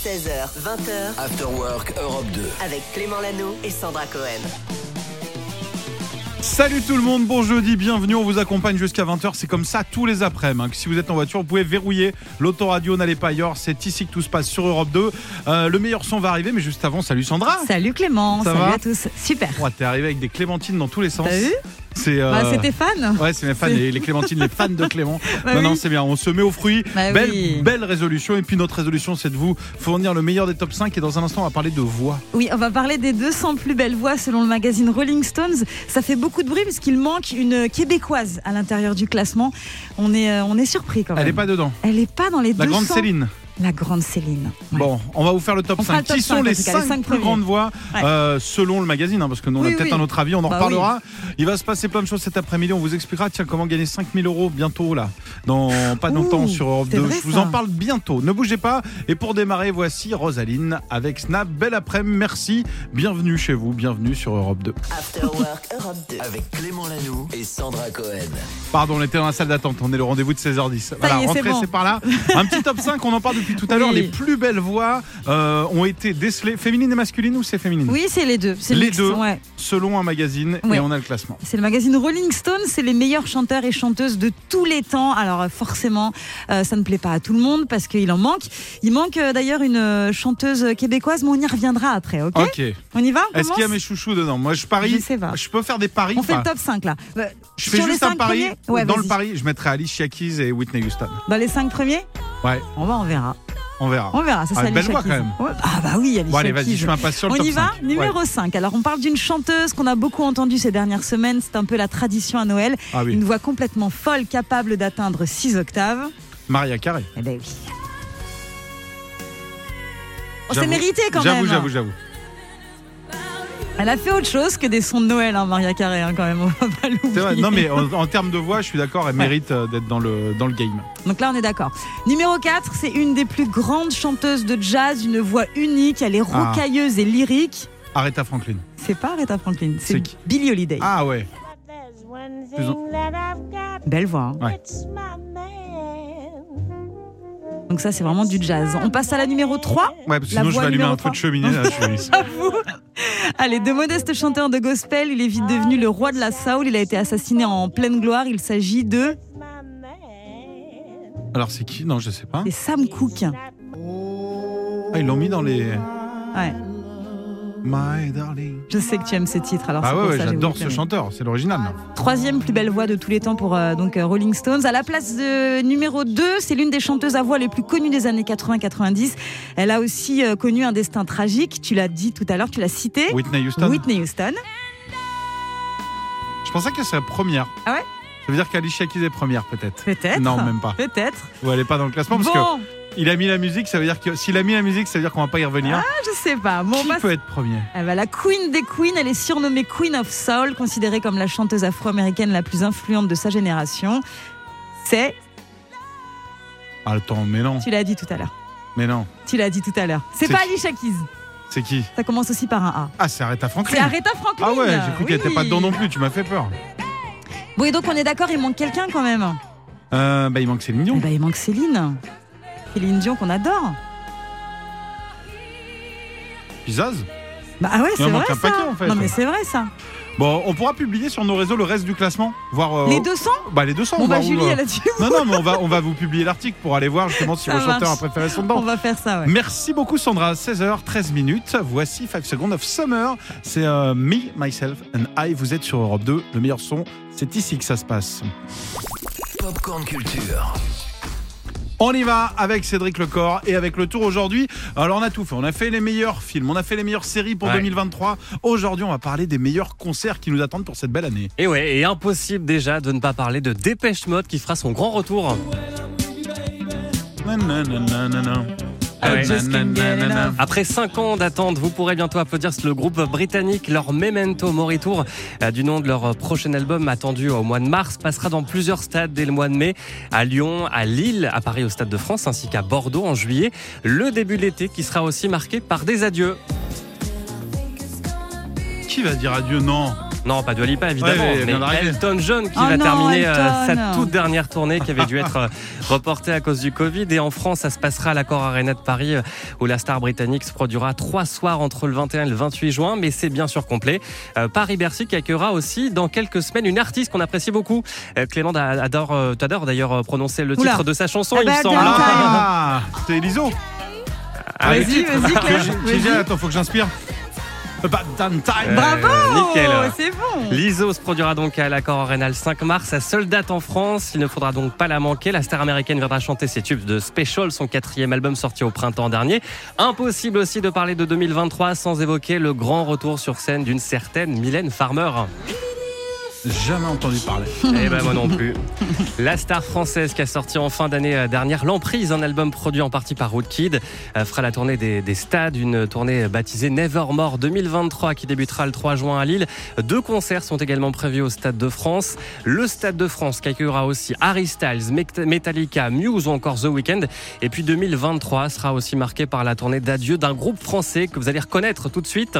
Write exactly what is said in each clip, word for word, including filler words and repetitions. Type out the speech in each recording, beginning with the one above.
seize heures, vingt heures. After Work Europe deux. Avec Clément Lanoux et Sandra Cohen. Salut tout le monde, bon jeudi, bienvenue, on vous accompagne jusqu'à vingt heures, c'est comme ça tous les après-midi. Hein. Si vous êtes en voiture, vous pouvez verrouiller l'autoradio, n'allez pas ailleurs, c'est ici que tout se passe sur Europe deux. Euh, le meilleur son va arriver, mais juste avant, salut Sandra. Salut Clément, ça salut va à tous, super. Ouais, t'es arrivé avec des clémentines dans tous les sens. T'as vu ? C'est, euh... bah, c'est tes fans. Ouais, c'est mes fans, les, les clémentines, les fans de Clément. Bah non, oui. non, c'est bien, on se met aux fruits. Bah belle, oui. belle résolution. Et puis notre résolution, c'est de vous fournir le meilleur des top cinq. Et dans un instant, on va parler de voix. Oui, on va parler des deux cents plus belles voix selon le magazine Rolling Stones. Ça fait beaucoup de bruit puisqu'il manque une québécoise à l'intérieur du classement. On est, euh, on est surpris quand même. Elle est pas dedans. Elle est pas dans les La deux cents. grande Céline. La grande Céline. Ouais. Bon, on va vous faire le top On fera cinq. le top Qui sont cinq, les en tout cas, les cinq cinq plus premiers. grandes voix Ouais. euh, selon le magazine, hein, parce que nous on Oui, a peut-être oui. un autre avis, on en Bah reparlera. Il va se passer plein de choses cet après-midi. On vous expliquera tiens, comment gagner cinq mille euros bientôt, là, dans pas Ouh, longtemps sur Europe c'est deux. vrai, Je vous ça. en parle bientôt. Ne bougez pas. Et pour démarrer, voici Rosaline avec Snap. Belle après-midi, merci. Bienvenue chez vous, bienvenue sur Europe deux. After Work Europe deux. Avec Clément Lanoux et Sandra Cohen. Pardon, on était dans la salle d'attente. On est le rendez-vous de seize heures dix. Voilà, y est, c'est rentrez, bon. c'est par là. Un petit top cinq, on en parle depuis tout à l'heure. Oui. Les plus belles voix euh, ont été décelées. Féminines et masculines ou c'est féminine? Oui, c'est les deux. C'est le Les mix, deux, ouais. selon un magazine, Ouais. et on a le classement. C'est le magazine Rolling Stone, c'est les meilleurs chanteurs et chanteuses de tous les temps. Alors euh, forcément, euh, ça ne plaît pas à tout le monde parce qu'il en manque. Il manque euh, d'ailleurs une euh, chanteuse québécoise, mais on y reviendra après, ok, Ok. On y va on Est-ce qu'il y a commence mes chouchous dedans? Moi, je parie. Je sais pas. Je peux faire des paris. On fait le enfin, top cinq là. Euh, Je fais sur les juste un cinq pari. premiers Ouais, Dans vas-y. le pari, je mettrai Alicia Keys et Whitney Houston. Dans les cinq premiers Ouais, On va, on verra. on verra. On verra, ça Ah, c'est belle Alicia voix, Keys. quand même. Ouais. Ah bah oui, Alicia Bon, allez, vas-y, Keys. je m'impasse sur le On top y va, cinq. numéro Ouais. cinq. Alors on parle d'une chanteuse qu'on a beaucoup entendue ces dernières semaines, c'est un peu la tradition à Noël. Ah oui. Une voix complètement folle, capable d'atteindre six octaves. Maria Carey. Eh ben oui. Oh, c'est J'avoue. mérité quand J'avoue, même. j'avoue, j'avoue. Elle a fait autre chose que des sons de Noël, hein, Maria Carey, hein, quand même. On va pas l'oublier. C'est vrai. Non, mais en, en termes de voix, je suis d'accord, elle Ouais. mérite euh, d'être dans le, dans le game. Donc là, on est d'accord. Numéro quatre, c'est une des plus grandes chanteuses de jazz, une voix unique. Elle est Ah. rocailleuse et lyrique. Aretha Franklin. C'est pas Aretha Franklin, C'est c'est qui Billie Holiday. Ah ouais. Belle voix. Hein. Ouais. Donc ça, c'est vraiment du jazz. On passe à la numéro trois. Ouais, parce que La sinon je voix vais allumer numéro un feu de trois. cheminée. Là, je suis... J'avoue. Allez, de modeste chanteur de gospel, il est vite devenu le roi de la soul. Il a été assassiné en pleine gloire. Il s'agit de Alors c'est qui? Non, je sais pas. c'est Sam Cooke. Ah, ils l'ont mis dans les. Ouais. My darling. Je sais que tu aimes ce titre. Alors Ah c'est ouais, pour ouais, ça, j'ai j'adore voulu ce te le chanteur, c'est l'original. là. mettre. Troisième plus belle voix de tous les temps pour euh, donc euh, Rolling Stones. À la place de numéro deux, c'est l'une des chanteuses à voix les plus connues des années quatre-vingts quatre-vingt-dix. Elle a aussi euh, connu un destin tragique. Tu l'as dit tout à l'heure, tu l'as cité. Whitney Houston. Whitney Houston. Je pensais qu'elle serait première. Ah ouais? Ça veut dire qu'Alicia Keys est première, peut-être. Peut-être. Non, même pas. Peut-être. Ou elle est pas dans le classement parce Bon, que il a mis la musique, ça veut dire que s'il a mis la musique, ça veut dire qu'on va pas y revenir. je sais pas. Bon, Qui on passe- peut être premier? Eh ben, la queen des queens, elle est surnommée Queen of Soul, considérée comme la chanteuse afro-américaine la plus influente de sa génération. C'est, Ah, attends, mais non, tu l'as dit tout à l'heure. mais non. Tu l'as dit tout à l'heure. C'est C'est pas qui Alicia Keys. C'est qui? Ça commence aussi par un A. Ah, c'est Aretha Franklin. C'est Aretha Franklin. Ah ouais, j'ai cru qu'elle Oui. était pas dedans non plus. Tu m'as fait peur. Bon, et donc on est d'accord, il manque quelqu'un quand même. Euh, bah il manque Céline Eh Dion. ben, il manque Céline. Céline Dion qu'on adore. Pizzazz. Bah ah ouais, Il c'est en vrai manque un ça. paquet, en fait. Non mais c'est vrai ça. Bon, on pourra publier sur nos réseaux le reste du classement, voir. euh, Les deux cents. Bah les deux cents. Bon on va bah où, Julie, euh, elle a dit. Non non, mais on va on va vous publier l'article pour aller voir justement si Ça vos chanteurs marche. préférés sont On dedans. va faire ça, ouais. Merci beaucoup Sandra, seize heures treize minutes. Voici five Seconds of Summer. C'est euh, Me, Myself and I. Vous êtes sur Europe deux. Le meilleur son, c'est ici que ça se passe. Popcorn Culture. On y va avec Cédric Lecor et avec le tour aujourd'hui. Alors on a tout fait, on a fait les meilleurs films, on a fait les meilleures séries pour Ouais. deux mille vingt-trois. Aujourd'hui on va parler des meilleurs concerts qui nous attendent pour cette belle année. Et ouais, et impossible déjà de ne pas parler de Dépêche Mode qui fera son grand retour. Nananana. Ah ouais. Nananana. Après cinq ans d'attente, vous pourrez bientôt applaudir le groupe britannique. Leur Memento Mori Tour, euh, du nom de leur prochain album attendu au mois de mars, passera dans plusieurs stades dès le mois de mai, à Lyon, à Lille, à Paris au Stade de France, ainsi qu'à Bordeaux en juillet. Le début de l'été qui sera aussi marqué par des adieux. Qui va dire adieu? Non. Non, pas Dua Lipa évidemment, Ouais, mais mais bien d'arriver. Elton John qui Oh va non, terminer euh, Elton. sa toute dernière tournée qui avait dû être euh, reportée à cause du Covid. Et en France, ça se passera à l'Accor Arena de Paris euh, où la star britannique se produira trois soirs entre le vingt et un et le vingt-huit juin, mais c'est bien sûr complet. Euh, Paris-Bercy qui accueillera aussi dans quelques semaines une artiste qu'on apprécie beaucoup. Euh, Clément adore, euh, t'adores d'ailleurs euh, prononcer le Oula. titre de sa chanson, Ah il bah, me semble. bien. Ah, c'est Liso. Ah, Vas-y, le titre. vas-y, Claire. Qui- qui- Vas-y. Attends, faut que j'inspire. Bad Time. Euh, Bravo, nickel. c'est bon. L'I S O se produira donc à l'Accor Arena le cinq mars, sa seule date en France. Il ne faudra donc pas la manquer. La star américaine viendra chanter ses tubes de Special, son quatrième album sorti au printemps dernier. Impossible aussi de parler de deux mille vingt-trois sans évoquer le grand retour sur scène d'une certaine Mylène Farmer. Jamais entendu parler. Eh ben moi non plus. La star française qui a sorti en fin d'année dernière L'Emprise, un album produit en partie par Woodkid, euh, fera la tournée des, des stades, une tournée baptisée Nevermore deux mille vingt-trois qui débutera le trois juin à Lille. Deux concerts sont également prévus au Stade de France. Le Stade de France qui accueillera aussi Harry Styles, Metallica, Muse ou encore The Weeknd. Et puis deux mille vingt-trois sera aussi marqué par la tournée d'adieu d'un groupe français que vous allez reconnaître tout de suite.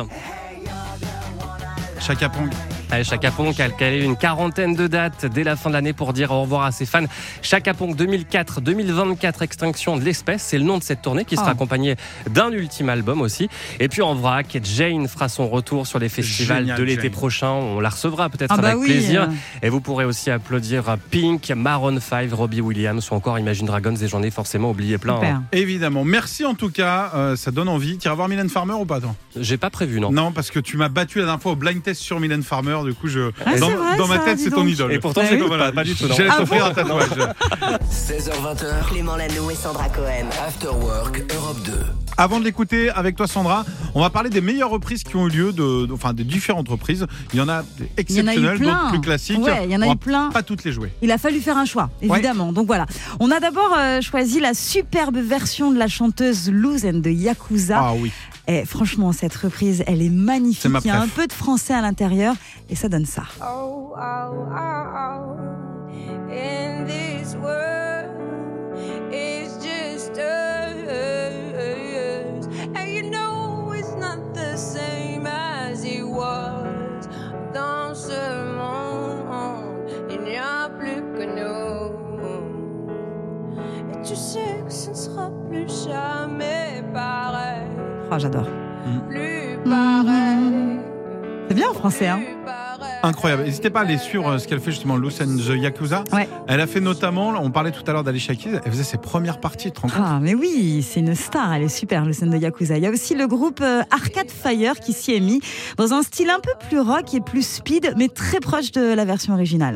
Chaka Pong. Allez, Chaka Ponk a calé une quarantaine de dates dès la fin de l'année pour dire au revoir à ses fans. Chaka Ponk deux mille quatre deux mille vingt-quatre, Extinction de l'espèce, c'est le nom de cette tournée qui sera Oh. accompagnée d'un ultime album aussi. Et puis en vrac, Jane fera son retour sur les festivals Génial, de l'été Jane. prochain. On la recevra peut-être Ah bah avec oui, plaisir. euh. Et vous pourrez aussi applaudir Pink, Maroon cinq, Robbie Williams ou encore Imagine Dragons. Et j'en ai forcément oublié plein. Super. hein. Évidemment. Merci en tout cas. euh, ça donne envie. Tu iras voir Mylène Farmer ou pas, toi? J'ai pas prévu, non. Non, parce que tu m'as battu la dernière fois au blind test sur Mylène Farmer. Du coup, je Ah, dans, c'est vrai, dans ma ça, tête, dis c'est ton donc. idole. Et pourtant, Bah je oui. n'écoute Voilà. pas, pas du tout. non. J'allais Ah t'offrir bon un tatouage. seize heures vingt. Clément Lanoux et Sandra Cohen. After Work Europe deux. Avant de l'écouter avec toi, Sandra, on va parler des meilleures reprises qui ont eu lieu, de, de- enfin des différentes reprises. Il y en a des Il y en a eu exceptionnelles, plein. d'autres plus classiques. Ouais, il y en a On va eu plein. Pas toutes les jouer. Il a fallu faire un choix, évidemment. Donc voilà. On a d'abord euh, choisi la superbe version de la chanteuse Louzen de Yakuza. Ah oui. Et franchement, cette reprise, elle est magnifique. C'est ma Il y a un préf. peu de français à l'intérieur et ça donne ça. Oh, oh, oh, oh. In this world, it's just us. And you know it's not the same as it was. Dans ce monde, il n'y a plus que nous. Et tu sais que ce ne sera plus jamais pareil. Oh, j'adore. Plus pareil. C'est bien en français, hein. Plus pareil. Incroyable. N'hésitez pas à aller suivre euh, ce qu'elle fait justement, Lucen the Yakuza. Ouais. Elle a fait notamment, on parlait tout à l'heure d'Alicia Keys, elle faisait ses premières parties, tu te rends compte? Ah, mais oui, c'est une star, elle est super, le scène de Yakuza. Il y a aussi le groupe euh, Arcade Fire qui s'y est mis dans un style un peu plus rock et plus speed, mais très proche de la version originale.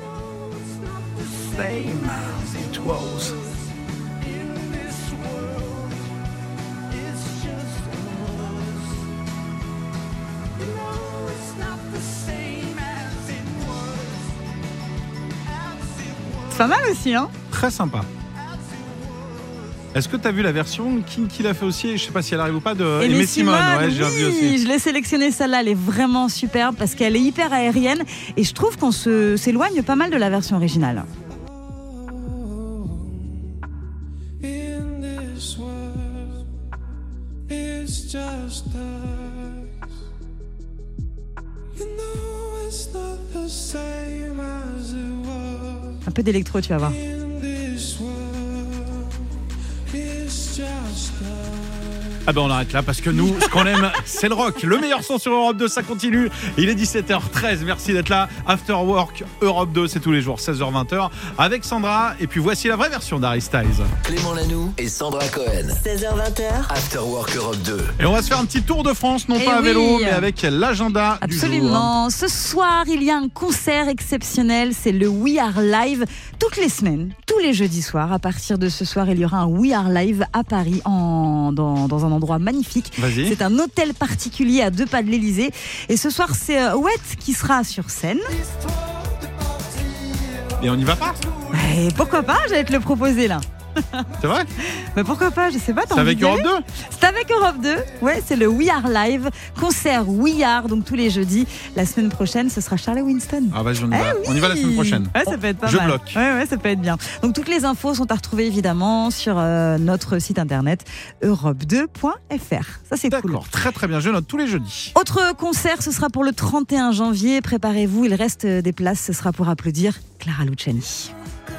C'est pas mal aussi, hein? Très sympa. Est-ce que tu as vu la version Kinky l'a fait aussi? Je sais pas si elle arrive ou pas de Aimée Aimée Simone. Ouais, j'ai oui, vu aussi. je l'ai sélectionnée celle-là, elle est vraiment superbe parce qu'elle est hyper aérienne et je trouve qu'on se, s'éloigne pas mal de la version originale. In this world, it's just us. You know it's not the same as it was. Un peu d'électro, tu vas voir. In this world, it's just us. Ah ben on arrête là parce que nous, ce qu'on aime, c'est le rock. Le meilleur son sur Europe deux, ça continue. Il est dix-sept heures treize, merci d'être là. After Work Europe deux, c'est tous les jours, seize heures vingt avec Sandra. Et puis voici la vraie version d'Harry Styles. Clément Lanoux et Sandra Cohen. seize heures vingt. After Work Europe deux. Et on va se faire un petit tour de France, non Eh pas à oui. vélo, mais avec l'agenda du jour. Absolument. Ce soir, il y a un concert exceptionnel. C'est le We Are Live. Toutes les semaines, tous les jeudis soirs. À partir de ce soir, il y aura un We Are Live à Paris, en, dans, dans un endroit magnifique. Vas-y. C'est un hôtel particulier à deux pas de l'Elysée. Et ce soir, c'est euh, Wet qui sera sur scène. Et on n'y va pas? Et pourquoi pas? J'allais te le proposer là. C'est vrai? Mais pourquoi pas, je sais pas. t'as C'est envie avec d'y aller Europe deux? C'est avec Europe deux. Ouais, c'est le We Are Live, concert We Are, donc tous les jeudis. La semaine prochaine, ce sera Charlie Winston. Ah bah, on y Eh va. oui. On y va la semaine prochaine. Ouais, ça peut être pas Je mal. bloque. Ouais, ouais, ça peut être bien. Donc toutes les infos sont à retrouver évidemment sur euh, notre site internet europe deux point f r. Ça c'est cool. D'accord, très très bien. Je note tous les jeudis. Autre concert, ce sera pour le trente et un janvier. Préparez-vous, il reste des places. Ce sera pour applaudir Clara Luciani.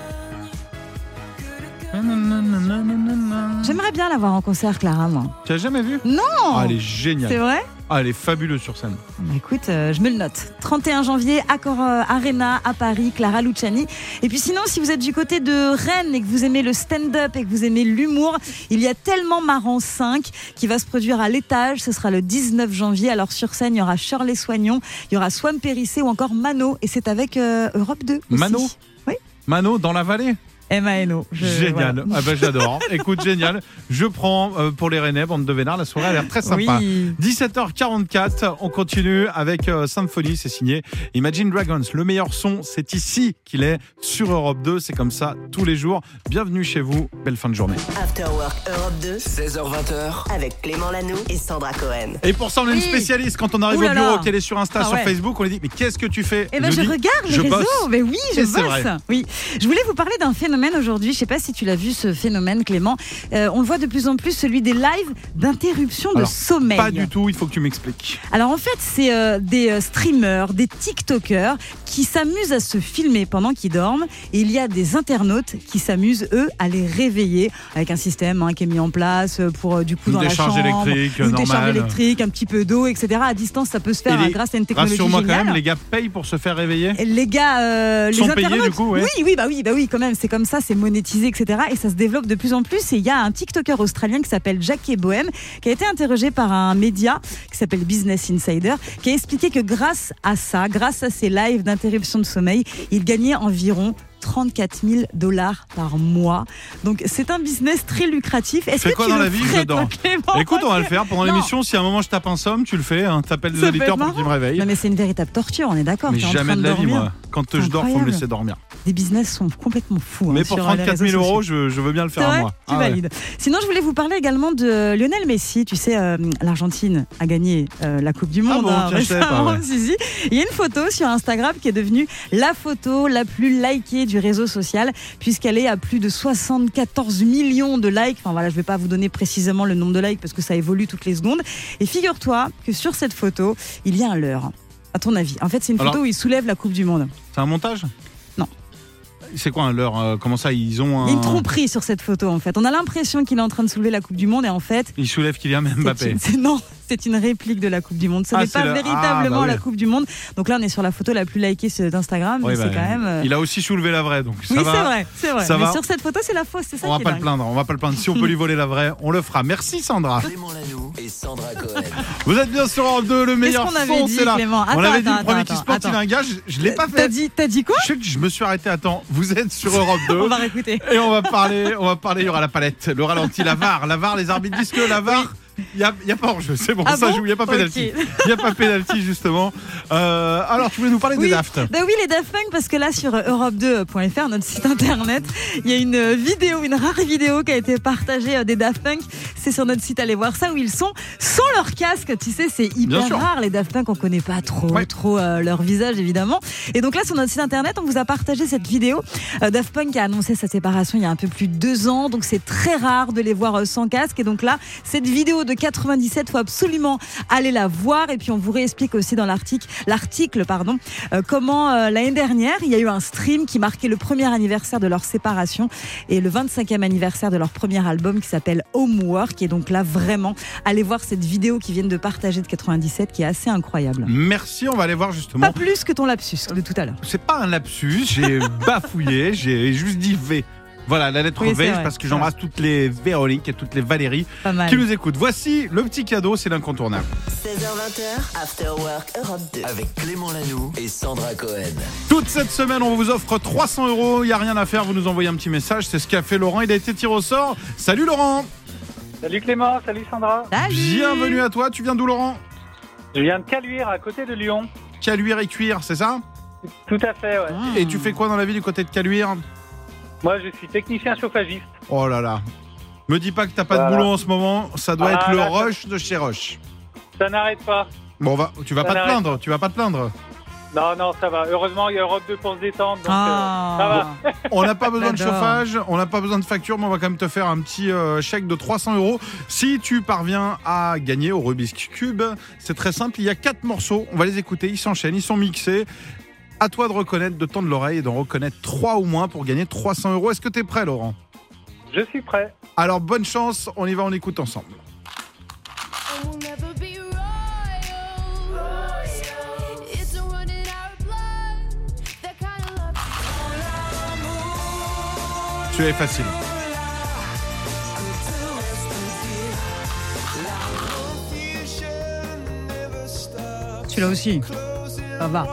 J'aimerais bien la voir en concert, Clara, moi. Tu l'as jamais vu? Non. Ah, elle est géniale. C'est vrai? Ah, elle est fabuleuse sur scène. Bah écoute, euh, je me le note. trente et un janvier, Accor euh, Arena à Paris, Clara Luciani. Et puis sinon, si vous êtes du côté de Rennes et que vous aimez le stand-up et que vous aimez l'humour, il y a Tellement Marrant cinq qui va se produire à l'Étage. Ce sera le dix-neuf janvier. Alors sur scène, il y aura Shirley Soignon, il y aura Swam Périssé ou encore Mano. Et c'est avec euh, Europe deux aussi. Mano? Oui. Mano dans la vallée? M A N O. Je- Génial. voilà. Ah bah, j'adore. Écoute, génial. Je prends euh, pour les Rennais, bande de vénards. La soirée a l'air très sympa. Oui. dix-sept heures quarante-quatre, on continue avec euh, Symphonie, c'est signé Imagine Dragons. Le meilleur son, c'est ici qu'il est sur Europe deux. C'est comme ça tous les jours. Bienvenue chez vous. Belle fin de journée. After Work Europe deux seize heures vingt. avec Clément Lanoux et Sandra Cohen. Et pour ça, on a une Oui. spécialiste. Quand on arrive Ouh là au bureau, là. qu'elle est sur Insta, Ah sur ouais. Facebook, on lui dit mais qu'est-ce que tu fais? Eh Elle ben, nous je dit, regarde les je réseaux. bosse. Mais oui, je Et c'est bosse. vrai. Oui. Je voulais vous parler d'un phénomène aujourd'hui. Je sais pas si tu l'as vu, ce phénomène, Clément. Euh, on le voit de plus en plus, celui des lives d'interruption de Alors, sommeil. Pas du tout, il faut que tu m'expliques. Alors en fait, c'est euh, des euh, streamers, des TikTokers qui s'amusent à se filmer pendant qu'ils dorment. Et il y a des internautes qui s'amusent, eux, à les réveiller avec un système hein, qui est mis en place pour, euh, du coup, Une dans la décharge chambre. électrique, Une décharge normale. électrique, un petit peu d'eau, et cetera. À distance, ça peut se faire Et hein, les- grâce à une technologie Rassure-moi quand géniale. même, les gars payent pour se faire réveiller? Les gars, euh, Sont les payés, internautes, du coup, ouais. oui, oui, bah oui, bah oui, quand même, c'est comme ça, c'est monétisé, et cetera. Et ça se développe de plus en plus. Et il y a un TikToker australien qui s'appelle Jackie Bohem, qui a été interrogé par un média qui s'appelle Business Insider, qui a expliqué que grâce à ça, grâce à ces lives d'interruption de sommeil, il gagnait environ trente-quatre mille dollars par mois. Donc c'est un business très lucratif. Est-ce Fais que quoi tu dans le la vie? ferais, Je dors. toi, Clément? Écoute, on va le faire pendant Non. l'émission. Si à un moment je tape un somme, tu le fais. Hein. T'appelles des Ça peut auditeurs être pour qu'ils me marrant. réveillent. Non mais c'est une véritable torture, on est d'accord. Mais t'es en jamais train de la vie, dormir. moi. Quand C'est je dors, faut me incroyable. laisser dormir. Les business sont complètement fous. hein, Mais pour sur, euh, les trente-quatre réseaux mille sociaux. euros, je, je veux bien le C'est faire à vrai, moi. tu Ah ouais. valides. Sinon, je voulais vous parler également de Lionel Messi. Tu sais, euh, l'Argentine a gagné euh, la Coupe du Monde bon, hein, tiens, je savais récemment. pas, ouais. Si, si. Il y a une photo sur Instagram qui est devenue la photo la plus likée du réseau social, puisqu'elle est à plus de soixante-quatorze millions de likes. Enfin voilà, je ne vais pas vous donner précisément le nombre de likes parce que ça évolue toutes les secondes. Et figure-toi que sur cette photo, il y a un leurre. À ton avis? En fait, c'est une photo Alors- où il soulève la Coupe du Monde. C'est un montage? Non. C'est quoi un leurre? euh, Comment ça, ils ont un. Il y a une tromperie sur cette photo en fait. On a l'impression qu'il est en train de soulever la Coupe du Monde et en fait, Ils soulèvent Kylian c'est Mbappé. une- c'est- non, c'est une réplique de la Coupe du Monde. Ce Ah, n'est c'est pas le- véritablement ah, bah la oui. Coupe du Monde. Donc là, on est sur la photo la plus likée sur- d'Instagram. Ouais, mais bah, c'est quand même. euh, Il a aussi soulevé la vraie, donc ça Oui, va. c'est vrai, c'est vrai. Ça mais va. sur cette photo, c'est la fausse. C'est ça On va qui est pas le dingue. plaindre, on va pas le plaindre. Si on peut lui voler la vraie, on le fera. Merci Sandra. Clément Lanoux et Sandra Cohen. Vous êtes bien sur Europe deux, le meilleur qu'on avait son, dit, c'est là. Clément? On Attends, avait dit attends, le premier attends, qui se plante, il attends. a un gage. Je l'ai pas T'as fait. dit, t'as dit quoi? Je, sais que je me suis arrêté à temps. Vous êtes sur Europe deux. On va réécouter. Et on va parler, on va parler, il y aura la palette, le ralenti, la V A R. La V A R, les arbitres disent que la V A R, il n'y a, il y a pas hors-jeu. C'est bon, Ah ça bon joue, il n'y a pas Ok. pénalty. Il n'y a pas pénalty, justement. Euh, alors, tu voulais nous parler Oui. des Daft. Ben oui, les Daft Punk, parce que là, sur europe deux point f r, notre site internet, il y a une euh, vidéo, une rare vidéo qui a été partagée euh, des Daft Punk. C'est sur notre site, allez voir ça, où ils sont sans leur casque. Tu sais, c'est Bien hyper sûr. rare. Les Daft Punk, on connaît pas trop, Ouais. trop euh, leur visage, évidemment. Et donc là, sur notre site internet, on vous a partagé cette vidéo. Euh, Daft Punk a annoncé sa séparation il y a un peu plus de deux ans, donc c'est très rare de les voir euh, sans casque. Et donc là, cette vidéo de quatre-vingt-dix-sept, faut absolument aller la voir. Et puis on vous réexplique aussi dans l'article, l'article, pardon, euh, comment euh, l'année dernière, il y a eu un stream qui marquait le premier anniversaire de leur séparation et le vingt-cinquième anniversaire de leur premier album qui s'appelle Homework. Et donc là, vraiment, allez voir cette vidéo qu'ils viennent de partager de quatre-vingt-dix-sept qui est assez incroyable. Merci, on va aller voir justement. Pas plus que ton lapsus de tout à l'heure. C'est pas un lapsus, j'ai bafouillé, j'ai juste dit V. Voilà, la lettre Oui, c'est V, vrai, parce que c'est j'embrasse toutes les Véroniques et toutes les Valérie Pas mal. qui nous écoutent. Voici le petit cadeau, c'est l'incontournable. seize heures vingt, After Work Europe deux. Avec Clément Lanoux et Sandra Cohen. Toute cette semaine, on vous offre trois cents euros. Il n'y a rien à faire, vous nous envoyez un petit message. C'est ce qu'a fait Laurent. Il a été tiré au sort. Salut Laurent. Salut Clément, salut Sandra. Salut. Bienvenue à toi. Tu viens d'où Laurent? Je viens de Caluire, à côté de Lyon. Caluire et Cuire, c'est ça? Tout à fait, ouais. Et tu fais quoi dans la vie du côté de Caluire? Moi, je suis technicien chauffagiste. Oh là là. Me dis pas que t'as pas Voilà. de boulot en ce moment, ça doit Ah, être le là, ça- rush de chez Rush. Ça n'arrête pas. Bon, on va, tu vas Ça pas te n'arrête plaindre, tu vas pas te plaindre. Non, non, ça va. Heureusement, il y a Europe deux pour se détendre. Donc, Ah. euh, ça va. On n'a pas besoin de J'adore. chauffage, on n'a pas besoin de facture, mais on va quand même te faire un petit euh, chèque de trois cents euros. Si tu parviens à gagner au Rubik's Cube, c'est très simple, il y a quatre morceaux, on va les écouter, ils s'enchaînent, ils sont mixés. À toi de reconnaître, de tendre l'oreille et d'en reconnaître trois ou moins pour gagner trois cents euros. Est-ce que tu es prêt, Laurent? Je suis prêt. Alors, bonne chance, on y va, on écoute ensemble. And we'll never be royals. It's a run in our blood. That kind of love. Tu es facile. Tu l'as aussi. Ça va.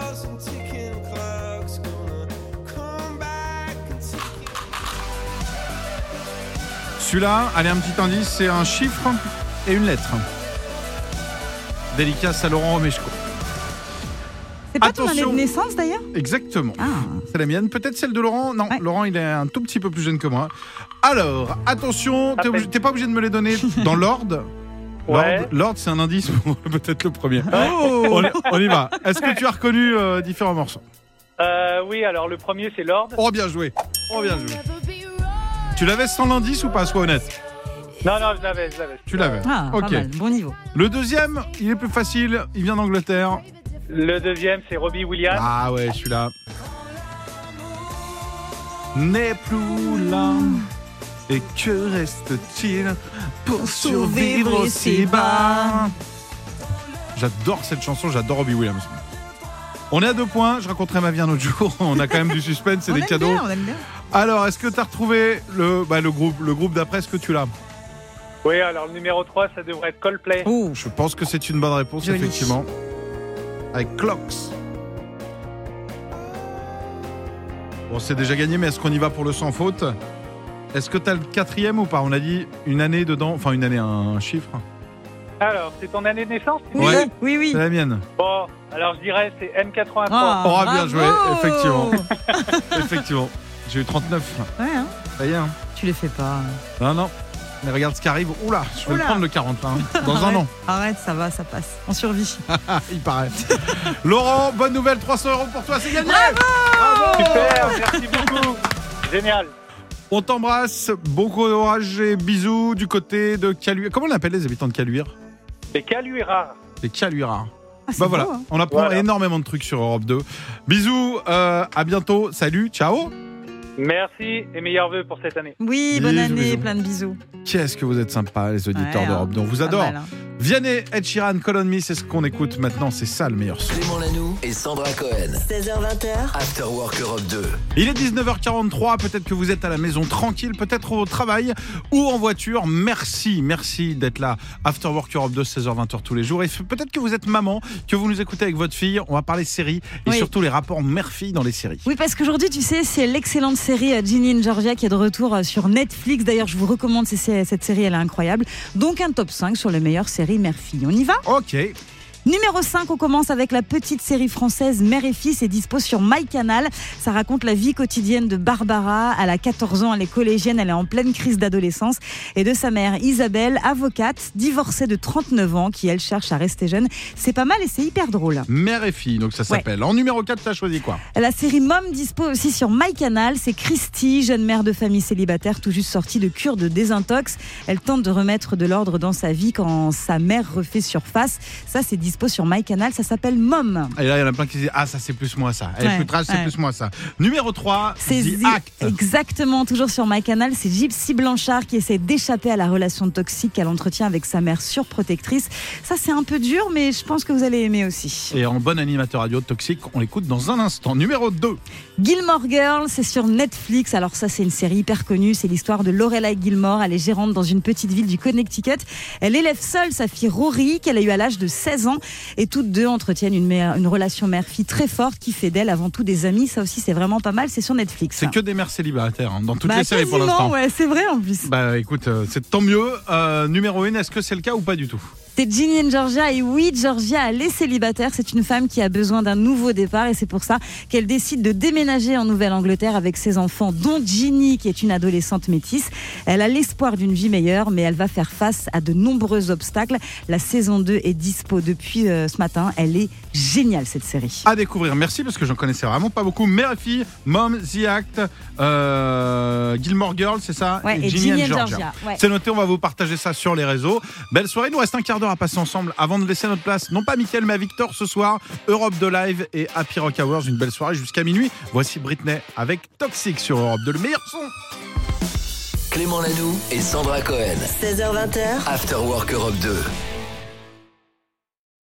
Celui-là, allez, un petit indice, c'est un chiffre et une lettre. Dédicace à Laurent Romeshko. C'est pas ton année Attention. de naissance d'ailleurs? Exactement. Ah. C'est la mienne. Peut-être celle de Laurent. Non, Ouais. Laurent, il est un tout petit peu plus jeune que moi. Alors, attention, t'es, À obligé- peine. t'es pas obligé de me les donner dans l'ordre. Ouais. L'ordre, l'ordre, c'est un indice pour peut-être le premier. Oh. On, on y va. Est-ce que tu as reconnu euh, différents morceaux? Euh, oui, alors le premier, c'est Lord. Oh, bien joué. Oh, bien joué. Never be royals. Tu l'avais sans l'indice ou pas? Sois honnête. Non, non, je l'avais, je l'avais. Tu l'avais. Ah, Ok. pas mal, bon niveau. Le deuxième, il est plus facile. Il vient d'Angleterre. Le deuxième, c'est Robbie Williams. Ah ouais, celui-là. N'est plus là. Et que reste-t-il pour survivre aussi bas? J'adore cette chanson, j'adore Robbie Williams. On est à deux points, je raconterai ma vie un autre jour. On a quand même du suspense et On des aime cadeaux. bien, on aime bien. Alors, est-ce que tu as retrouvé le, bah, le groupe, le groupe d'après? Est-ce que tu l'as? Oui, alors le numéro trois, ça devrait être Coldplay. Oh, Je pense que c'est une bonne réponse, Joli. effectivement. Avec Clocks. Bon, c'est déjà gagné, mais est-ce qu'on y va pour le sans faute? Est-ce que tu as le quatrième ou pas? On a dit une année dedans, enfin une année, un chiffre. Alors, c'est ton année de naissance? tu oui, dis? Ouais. oui, oui. C'est la mienne. Bon, alors je dirais c'est M quatre-vingt-trois. Ah, Oh, bien bravo. joué, effectivement. Effectivement. J'ai eu trente-neuf. Ouais, hein. Ça y est, hein. Tu les fais pas. Non, non. Mais regarde ce qui arrive. Oula, je vais Oula. le prendre le quarante là, hein. Dans un Arrête, an. Arrête, ça va, ça passe. On survit. Il paraît. Laurent, bonne nouvelle, trois cents euros pour toi, c'est gagné. Super, merci beaucoup. Génial. On t'embrasse, bon courage et bisous du côté de Caluire. Comment on appelle les habitants de Caluire? C'est Caluira. Les Caluirards. Ah, c'est Bah beau, voilà, hein. on apprend Voilà. énormément de trucs sur Europe deux. Bisous, euh, à bientôt, salut, ciao. Merci et meilleurs vœux pour cette année. Oui, bonne Bisous, année, bisous. plein de bisous. Qu'est-ce que vous êtes sympas, les auditeurs Ouais, d'Europe deux. On vous pas adore. mal, hein. Vianney, Ed Sheeran, Call on Me, c'est ce qu'on écoute maintenant, c'est ça le meilleur son. Clément Lanoux et Sandra Cohen. seize heures vingt. After Work Europe deux. Il est dix-neuf heures quarante-trois, peut-être que vous êtes à la maison tranquille, peut-être au travail ou en voiture. Merci, merci d'être là. After Work Europe deux, seize heures vingt tous les jours. Et peut-être que vous êtes maman, que vous nous écoutez avec votre fille. On va parler séries et Oui. surtout les rapports mère-fille dans les séries. Oui, parce qu'aujourd'hui, tu sais, c'est l'excellente série euh, Ginny and Georgia qui est de retour euh, sur Netflix. D'ailleurs, je vous recommande ces- ces- cette série, elle est incroyable. Donc, un top cinq sur les meilleures séries mère-fille. On y va? Ok. Numéro cinq, on commence avec la petite série française Mère et Fils et dispo sur MyCanal. Ça raconte la vie quotidienne de Barbara. Elle a quatorze ans, elle est collégienne, elle est en pleine crise d'adolescence. Et de sa mère Isabelle, avocate, divorcée de trente-neuf ans, qui elle cherche à rester jeune. C'est pas mal et c'est hyper drôle. Mère et fille, donc ça s'appelle. En numéro quatre, tu as choisi quoi? La série Mom dispo aussi sur MyCanal. C'est Christy, jeune mère de famille célibataire, tout juste sortie de cure de désintox. Elle tente de remettre de l'ordre dans sa vie quand sa mère refait surface. Ça, c'est dispo sur MyCanal. Ça s'appelle Mom. Et là, il y en a plein qui disent ah, ça c'est plus moi ça. Elle est Ouais, plus trash, c'est ouais. plus moi ça. Numéro trois, C'est The Zi- Act. Exactement, toujours sur MyCanal. C'est Gypsy Blanchard qui essaie d'échapper à la relation toxique qu'elle entretient avec sa mère surprotectrice. Ça, c'est un peu dur, mais je pense que vous allez aimer aussi. Et en bon animateur radio toxique, on l'écoute dans un instant. Numéro deux. Gilmore Girls, c'est sur Netflix. Alors ça, c'est une série hyper connue. C'est l'histoire de Lorelai Gilmore. Elle est gérante dans une petite ville du Connecticut. Elle élève seule sa fille Rory, qu'elle a eue à l'âge de seize ans. Et toutes deux entretiennent une, mère- une relation mère-fille très forte qui fait d'elle avant tout des amis. Ça aussi, c'est vraiment pas mal. C'est sur Netflix. C'est que des mères célibataires hein, dans toutes Bah, les séries pour quasiment, l'instant. ouais, c'est vrai en plus. Bah écoute, euh, c'est tant mieux. Euh, numéro un, est-ce que c'est le cas ou pas du tout? C'est Ginny and Georgia et oui, Georgia, elle est célibataire. C'est une femme qui a besoin d'un nouveau départ et c'est pour ça qu'elle décide de déménager en Nouvelle-Angleterre avec ses enfants, dont Ginny, qui est une adolescente métisse. Elle a l'espoir d'une vie meilleure, mais elle va faire face à de nombreux obstacles. La saison deux est dispo depuis euh, ce matin. Elle est géniale, cette série. À découvrir. Merci, parce que j'en connaissais vraiment pas beaucoup. Mère et fille, Mom, The Act, euh, Gilmore Girls, c'est ça? Ouais, et Ginny Ginny and and Georgia. Georgia, ouais. C'est noté, on va vous partager ça sur les réseaux. Belle soirée, il nous reste un quart d'heure à passer ensemble avant de laisser notre place, non pas à Mickaël, mais à Victor ce soir. Europe deux Live et Happy Rock Hours, une belle soirée jusqu'à minuit. Voici Britney avec Toxic sur Europe deux, le meilleur son. Clément Lanoux et Sandra Cohen. seize heures vingt. After Work Europe deux.